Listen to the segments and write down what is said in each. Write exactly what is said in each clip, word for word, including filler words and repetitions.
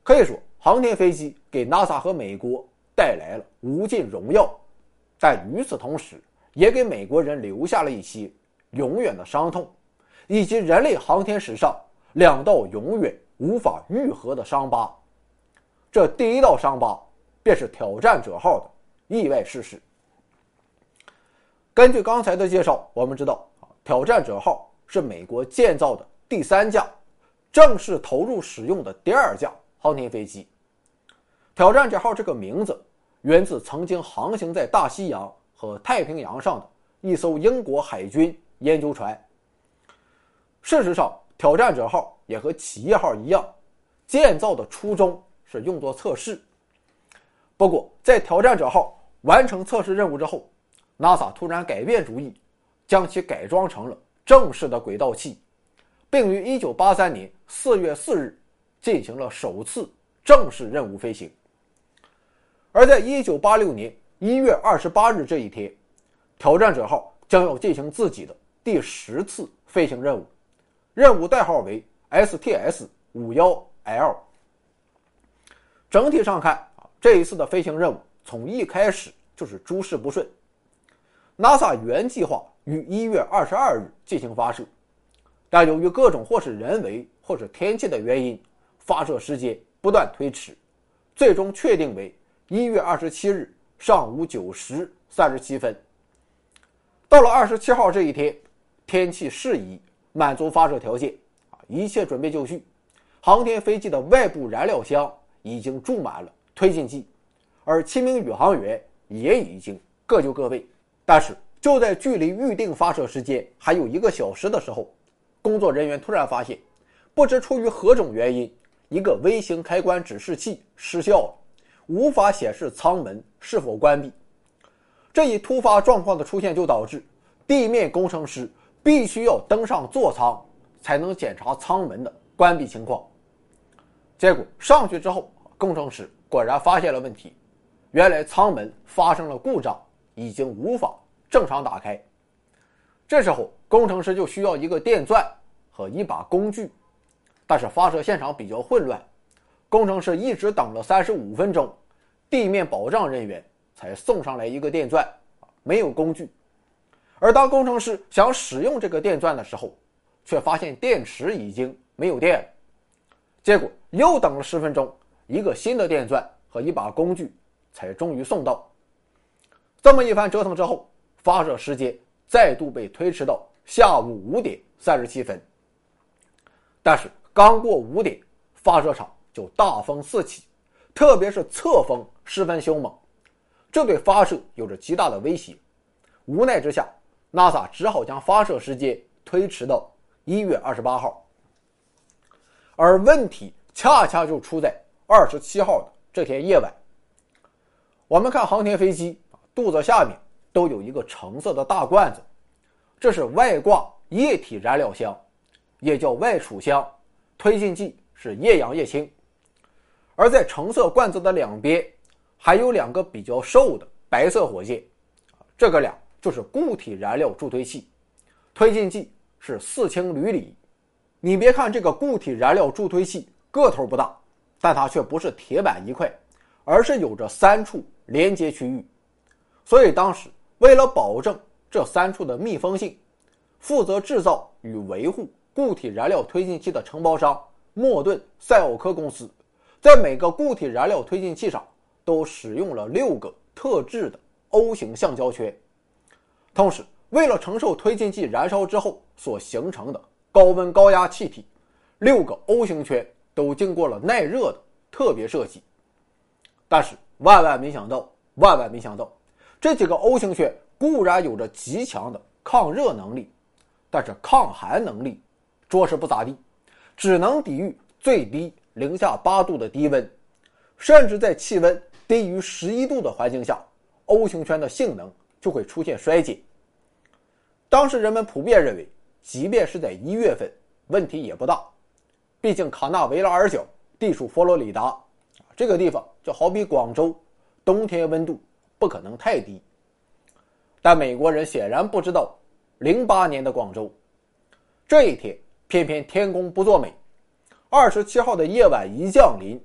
可以说航天飞机给 NASA 和美国带来了无尽荣耀，但与此同时也给美国人留下了一些永远的伤痛，以及人类航天史上两道永远无法愈合的伤疤。这第一道伤疤便是挑战者号的意外逝世。根据刚才的介绍，我们知道挑战者号是美国建造的第三架正式投入使用的第二架航天飞机。挑战者号这个名字源自曾经航行在大西洋和太平洋上的一艘英国海军研究船。事实上，挑战者号也和企业号一样，建造的初衷是用作测试。不过在挑战者号完成测试任务之后， NASA 突然改变主意，将其改装成了正式的轨道器，并于一九八三年四月四日进行了首次正式任务飞行。而在一九八六年一月二十八日这一天，挑战者号将要进行自己的第十次飞行任务，任务代号为 S T S 五十一 L。 整体上看，这一次的飞行任务从一开始就是诸事不顺。 NASA 原计划于一月二十二日进行发射，但由于各种或是人为或是天气的原因，发射时间不断推迟，最终确定为一月二十七日上午九时三十七分。到了二十七号这一天，天气适宜，满足发射条件，一切准备就绪，航天飞机的外部燃料箱已经注满了推进剂，而七名宇航员也已经各就各位。但是就在距离预定发射时间还有一个小时的时候，工作人员突然发现，不知出于何种原因，一个微型开关指示器失效了，无法显示舱门是否关闭。这一突发状况的出现就导致地面工程师必须要登上座舱才能检查舱门的关闭情况。结果上去之后，工程师果然发现了问题，原来舱门发生了故障，已经无法正常打开。这时候工程师就需要一个电钻和一把工具，但是发射现场比较混乱，工程师一直等了三十五分钟，地面保障人员才送上来一个电钻，没有工具。而当工程师想使用这个电钻的时候，却发现电池已经没有电了。结果又等了十分钟，一个新的电钻和一把工具才终于送到。这么一番折腾之后，发射时间再度被推迟到下午五点三十七分。但是刚过五点，发射场就大风四起，特别是侧风十分凶猛，这对发射有着极大的威胁。无奈之下， NASA 只好将发射时间推迟到一月二十八号。而问题恰恰就出在二十七号的这天夜晚。我们看航天飞机肚子下面都有一个橙色的大罐子，这是外挂液体燃料箱，也叫外储箱，推进剂是液氧液氢。而在橙色罐子的两边还有两个比较瘦的白色火箭，这个俩就是固体燃料助推器，推进剂是四氢铝锂。你别看这个固体燃料助推器个头不大，但它却不是铁板一块，而是有着三处连接区域。所以当时为了保证这三处的密封性，负责制造与维护固体燃料推进器的承包商莫顿赛奥科公司，在每个固体燃料推进器上都使用了六个特制的 O 型橡胶圈。同时为了承受推进剂燃烧之后所形成的高温高压气体，六个 O 型圈都经过了耐热的特别设计。但是万万没想到万万没想到这几个 O 型圈固然有着极强的抗热能力，但是抗寒能力着实不咋地，只能抵御最低零下八度的低温，甚至在气温低于十一度的环境下， O 型圈的性能就会出现衰减。当时人们普遍认为，即便是在一月份问题也不大，毕竟卡纳维拉尔角地处佛罗里达，这个地方就好比广州，冬天温度不可能太低。但美国人显然不知道零八年的广州，这一天偏偏天公不作美，二十七号的夜晚一降临，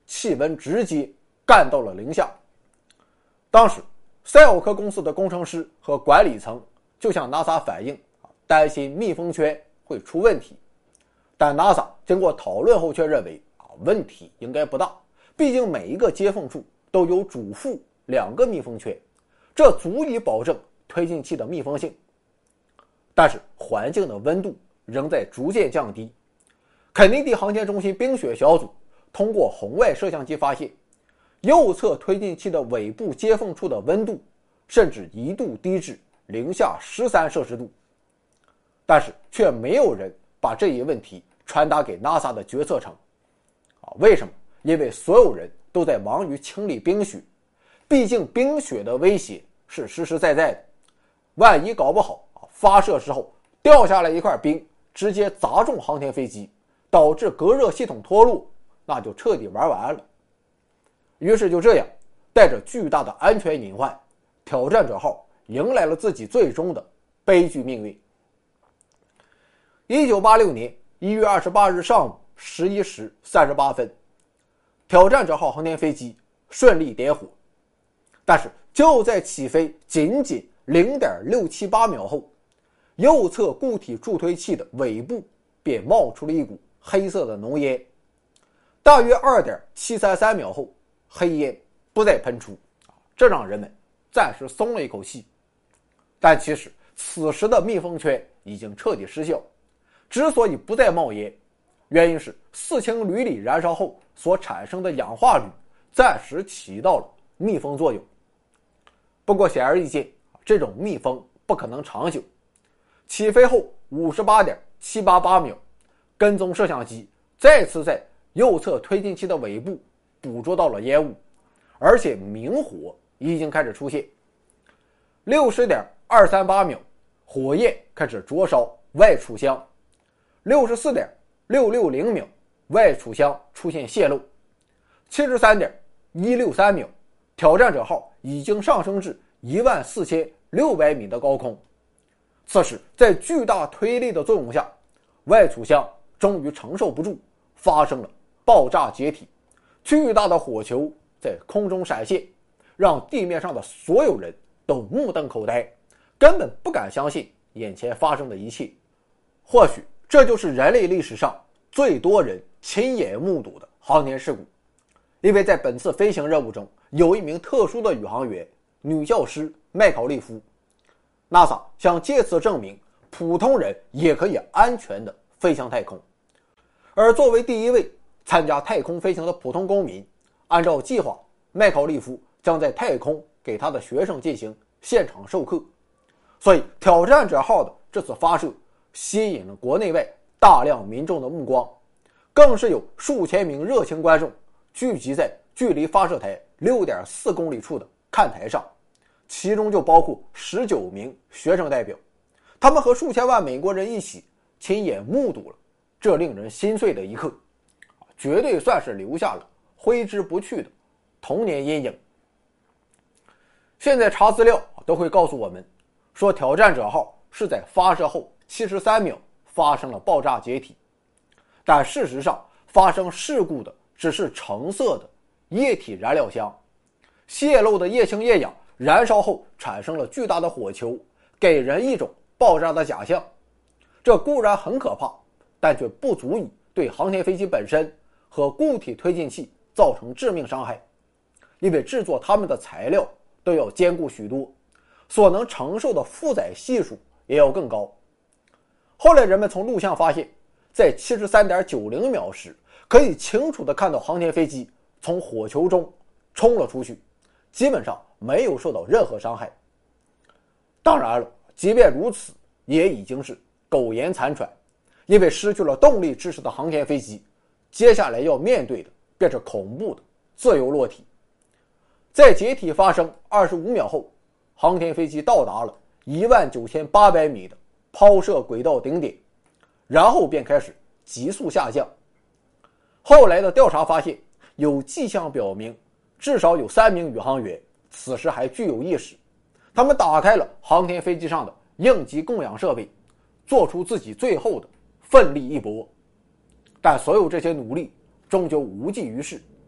气温直接干到了零下。当时赛欧科公司的工程师和管理层就向 NASA 反映，担心密封圈会出问题，但 NASA 经过讨论后却认为问题应该不大，毕竟每一个接缝处都有主副两个密封圈，这足以保证推进器的密封性。但是环境的温度仍在逐渐降低，肯尼迪航天中心冰雪小组通过红外摄像机发现，右侧推进器的尾部接缝处的温度甚至一度低至零下十三摄氏度，但是却没有人把这一问题传达给 NASA 的决策层。啊，为什么？因为所有人都在忙于清理冰雪，毕竟冰雪的威胁是实实在在的，万一搞不好啊，发射时候掉下来一块冰，直接砸中航天飞机，导致隔热系统脱落，那就彻底玩完了。于是就这样，带着巨大的安全隐患，挑战者号迎来了自己最终的悲剧命运。一九八六年一月二十八日上午十一时三十八分，挑战者号航天飞机顺利点火，但是就在起飞仅仅 零点六七八秒后，右侧固体助推器的尾部便冒出了一股黑色的浓烟，大约 二点七三三秒后，黑烟不再喷出，这让人们暂时松了一口气。但其实此时的密封圈已经彻底失效，之所以不再冒烟，原因是四氢铝锂燃烧后所产生的氧化铝暂时起到了密封作用。不过显而易见，这种密封不可能长久。起飞后 五十八点七八八秒，跟踪摄像机再次在右侧推进器的尾部捕捉到了烟雾，而且明火已经开始出现。 六十点二三八秒，火焰开始灼烧外储箱。 六十四点六六零秒，外储箱出现泄漏。 七十三点一六三秒，挑战者号已经上升至一万四千六百米的高空。此时在巨大推力的作用下，外储箱终于承受不住，发生了爆炸解体，巨大的火球在空中闪现，让地面上的所有人都目瞪口呆，根本不敢相信眼前发生的一切。或许这就是人类历史上最多人亲眼目睹的航天事故，因为在本次飞行任务中，有一名特殊的宇航员女教师麦考利夫。NASA 想借此证明普通人也可以安全地飞向太空。而作为第一位参加太空飞行的普通公民，按照计划，麦考利夫将在太空给他的学生进行现场授课。所以挑战者号的这次发射吸引了国内外大量民众的目光，更是有数千名热情观众聚集在距离发射台 六点四公里处的看台上，其中就包括十九名学生代表，他们和数千万美国人一起亲眼目睹了这令人心碎的一刻，绝对算是留下了挥之不去的童年阴影。现在查资料都会告诉我们说，挑战者号是在发射后七十三秒发生了爆炸解体，但事实上发生事故的只是橙色的液体燃料箱，泄漏的液氢液氧燃烧后产生了巨大的火球，给人一种爆炸的假象。这固然很可怕，但却不足以对航天飞机本身和固体推进器造成致命伤害，因为制作它们的材料都要坚固许多，所能承受的负载系数也要更高。后来人们从录像发现，在 七十三点九零秒时，可以清楚地看到航天飞机从火球中冲了出去，基本上没有受到任何伤害。当然了，即便如此，也已经是苟延残喘，因为失去了动力支持的航天飞机，接下来要面对的便是恐怖的自由落体。在解体发生二十五秒后，航天飞机到达了一万九千八百米的抛射轨道顶点，然后便开始急速下降。后来的调查发现，有迹象表明至少有三名宇航员此时还具有意识，他们打开了航天飞机上的应急供氧设备，做出自己最后的奋力一搏。但所有这些努力终究无济于事，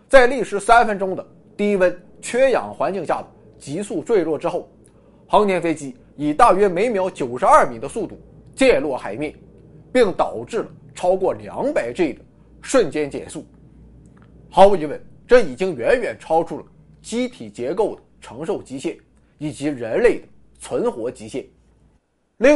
在历时三分钟的低温缺氧环境下的急速坠落之后，航天飞机以大约每秒九十二米的速度溅落海面，并导致了超过 两百 G 的瞬间减速。毫无疑问，这已经远远超出了机体结构的承受极限以及人类的存活极限。